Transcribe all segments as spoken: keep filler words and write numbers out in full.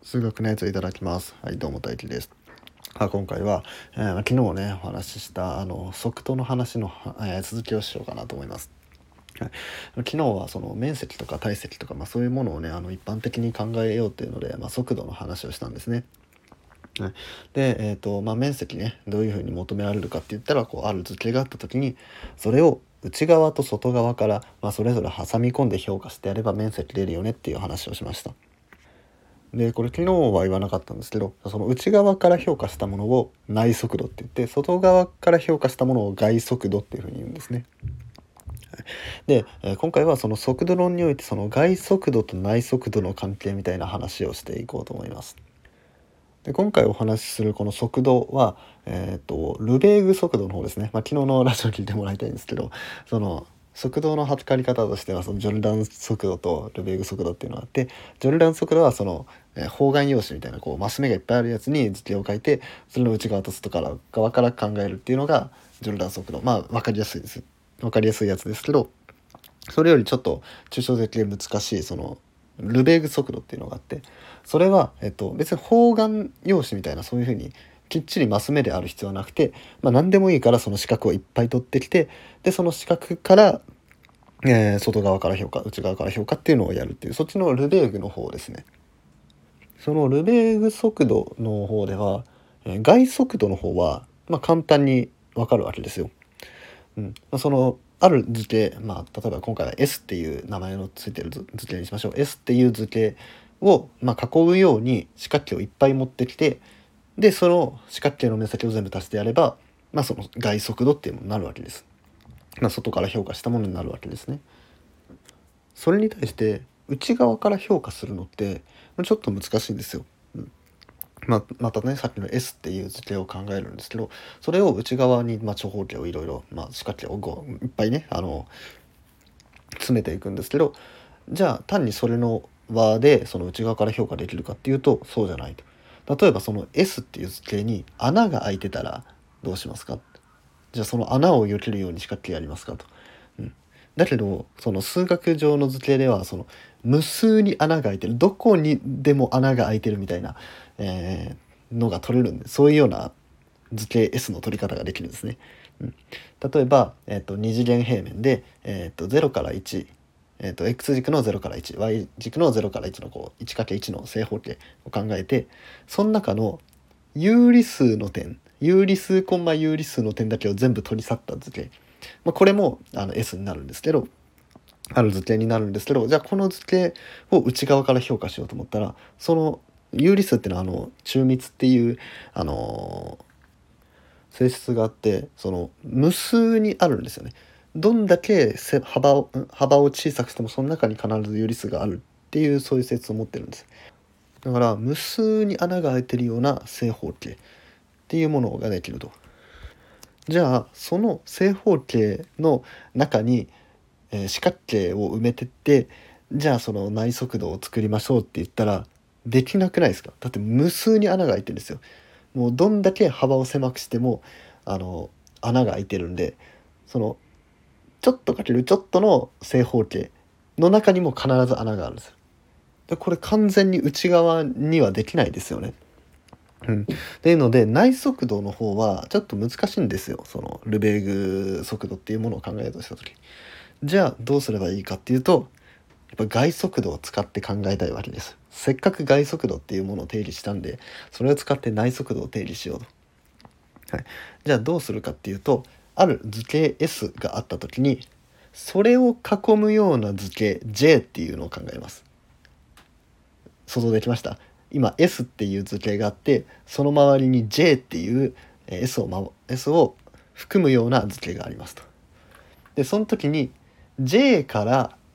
数学のやついただきます。はい、どうも大輝です。あ今回は、えー昨日ねお話ししたあの速度の話の、えー続きをしようかなと思います。はい、昨日はその面積とか体積とか、まあ、そういうものをねあの一般的に考えようっていうので、まあ、速度の話をしたんですね。はい、で、えーとまあ、面積ねどういうふうに求められるかって言ったらこうある図形があった時にそれを内側と外側から、まあ、それぞれ挟み込んで評価してやれば面積出るよねっていう話をしました。でこれ昨日は言わなかったんですけど、その内側から評価したものを内速度って言って、外側から評価したものを外速度っていうふうに言うんですね。で、えー今回はその速度論においてその外速度と内速度の関係みたいな話をしていこうと思います。で今回お話しするこの速度は、えー、とルベーグ速度の方ですね。まあ、昨日のラジオ聞いてもらいたいんですけど、その速度の測り方としてはそのジョルダン速度とルベーグ速度っていうのがあって、ジョルダン速度はその、えー方眼用紙みたいなこうマス目がいっぱいあるやつに図形を書いて、それの内側と外から側から考えるっていうのがジョルダン速度。まあ分かりやすいです。分かりやすいやつですけど、それよりちょっと抽象的で難しいそのルベーグ速度っていうのがあって、それは、えっと、別に方眼用紙みたいなそういうふうにきっちりマス目である必要はなくて、まあ、何でもいいからその四角をいっぱい取ってきて、でその四角から、えー外側から評価内側から評価っていうのをやるっていう、そっちのルベーグの方ですね。そのルベーグ速度の方では、えー外速度の方は、まあ、簡単にわかるわけですよ。うんまあ、そのある図形、まあ、例えば今回は S っていう名前のついてる図図形にしましょう。 S っていう図形を、まあ、囲うように四角形をいっぱい持ってきて、でその四角形の面積を全部足してやれば、まあ、その外速度っていうものになるわけです。まあ、外から評価したものになるわけですね。それに対して内側から評価するのってちょっと難しいんですよ。うんまあ、またねさっきの S っていう図形を考えるんですけど、それを内側に、まあ、長方形をいろいろ、まあ、四角形をこういっぱいねあの詰めていくんですけど、じゃあ単にそれの輪でその内側から評価できるかっていうとそうじゃないと。例えばその S っていう図形に穴が開いてたらどうしますか。じゃあその穴を避けるように四角形やりますかと。うん、だけどその数学上の図形ではその無数に穴が開いてる、どこにでも穴が開いてるみたいな、えーのが取れるんで、そういうような図形 S の取り方ができるんですね。うん、例えば、えー、と二次元平面で、えー、とゼロからいち、えー、と X 軸のゼロからいち、Y 軸のゼロからいちのこう いちかけるいち の正方形を考えて、その中の有理数の点、有理数コンマ有理数の点だけを全部取り去った図形、まあ、これもあの S になるんですけど、ある図形になるんですけど、じゃあこの図形を内側から評価しようと思ったら、その有理数っていうのはあの中密っていうあの性質があって、その無数にあるんですよね。どんだけせ幅を幅を小さくしてもその中に必ず有理数があるっていう、そういう性質を持ってるんです。だから無数に穴が開いてるような正方形っていうものができると。じゃあその正方形の中に、えー四角形を埋めてって、じゃあその内速度を作りましょうって言ったらできなくないですか。だって無数に穴が開いてるんですよ。もうどんだけ幅を狭くしてもあの穴が開いてるんで、そのちょっとかけるちょっとの正方形の中にも必ず穴があるんですよ。でこれ完全に内側にはできないですよね。うん、っていうので内速度の方はちょっと難しいんですよ。そのルベーグ速度っていうものを考えようとした時、じゃあどうすればいいかっていうと、やっぱ外速度を使って考えたいわけです。せっかく外速度っていうものを定義したんで、それを使って内速度を定義しようと。はい、じゃあどうするかっていうと、ある図形 S があった時にそれを囲むような図形 J っていうのを考えます。想像できました？今 S っていう図形があって、その周りに J っていう S を、ま、S を含むような図形がありますと。でその時に J から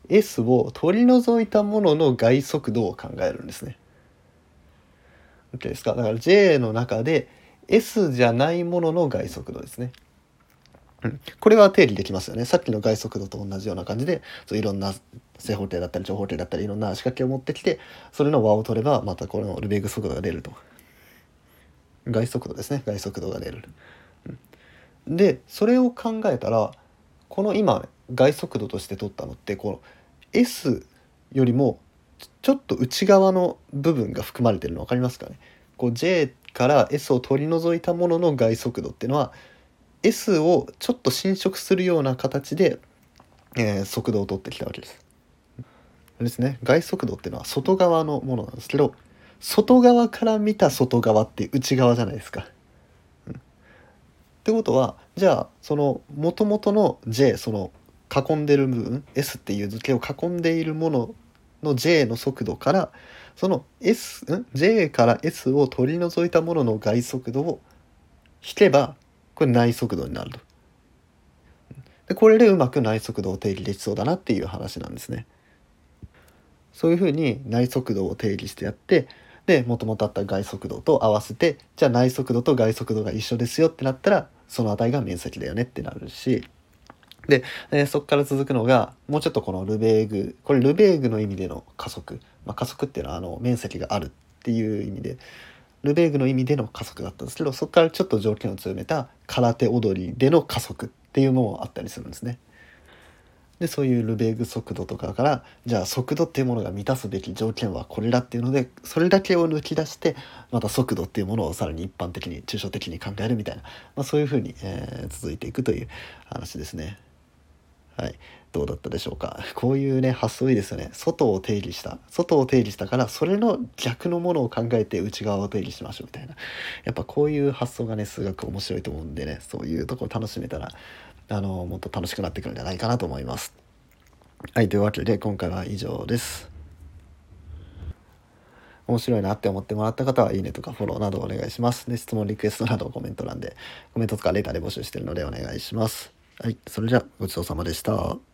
S を取り除いたものの外速度を考えるんですね。 OK ですか。だから J の中で S じゃないものの外速度ですね。うん、これは定義できますよね。さっきの外速度と同じような感じで、そういろんな正方形だったり長方形だったりいろんな仕掛けを持ってきて、それの和を取ればまたこのルベーグ速度が出ると。外速度ですね。外速度が出る。うん、でそれを考えたら、この今外速度として取ったのってこの S よりもちょっと内側の部分が含まれてるの分かりますかね。こう J から S を取り除いたものの外速度っていうのは S をちょっと侵食するような形で、えー速度を取ってきたわけです。ですね。外速度っていうのは外側のものなんですけど、外側から見た外側って内側じゃないですか。うん、ってことはじゃあその元々の J その囲んでる部分 S っていう図形を囲んでいるものの J の速度からその S ん J から S を取り除いたものの外速度を引けばこれ内速度になると。でこれでうまく内速度を定義できそうだなっていう話なんですね。そういうふうに内速度を定義してやってでもともとあった外速度と合わせてじゃあ内速度と外速度が一緒ですよってなったらその値が面積だよねってなるしで、えーそこから続くのがもうちょっとこのルベーグこれルベーグの意味での加速、まあ、加速っていうのはあの面積があるっていう意味でルベーグの意味での加速だったんですけどそこからちょっと条件を強めた空手踊りでの加速っていうのもあったりするんですね。でそういうルベーグ速度とかからじゃあ速度っていうものが満たすべき条件はこれだっていうのでそれだけを抜き出してまた速度っていうものをさらに一般的に抽象的に考えるみたいな、まあ、そういうふうに、えー続いていくという話ですね。はい、どうだったでしょうか。こういうね発想いいですよね。外を定義した外を定義したからそれの逆のものを考えて内側を定義しましょうみたいなやっぱこういう発想がね数学面白いと思うんでねそういうところ楽しめたらあのもっと楽しくなってくるんじゃないかなと思います。はい、というわけで今回は以上です。面白いなって思ってもらった方はいいねとかフォローなどお願いします。で、質問リクエストなどコメント欄でコメントとかレターで募集してるのでお願いします。はい、それじゃあごちそうさまでした。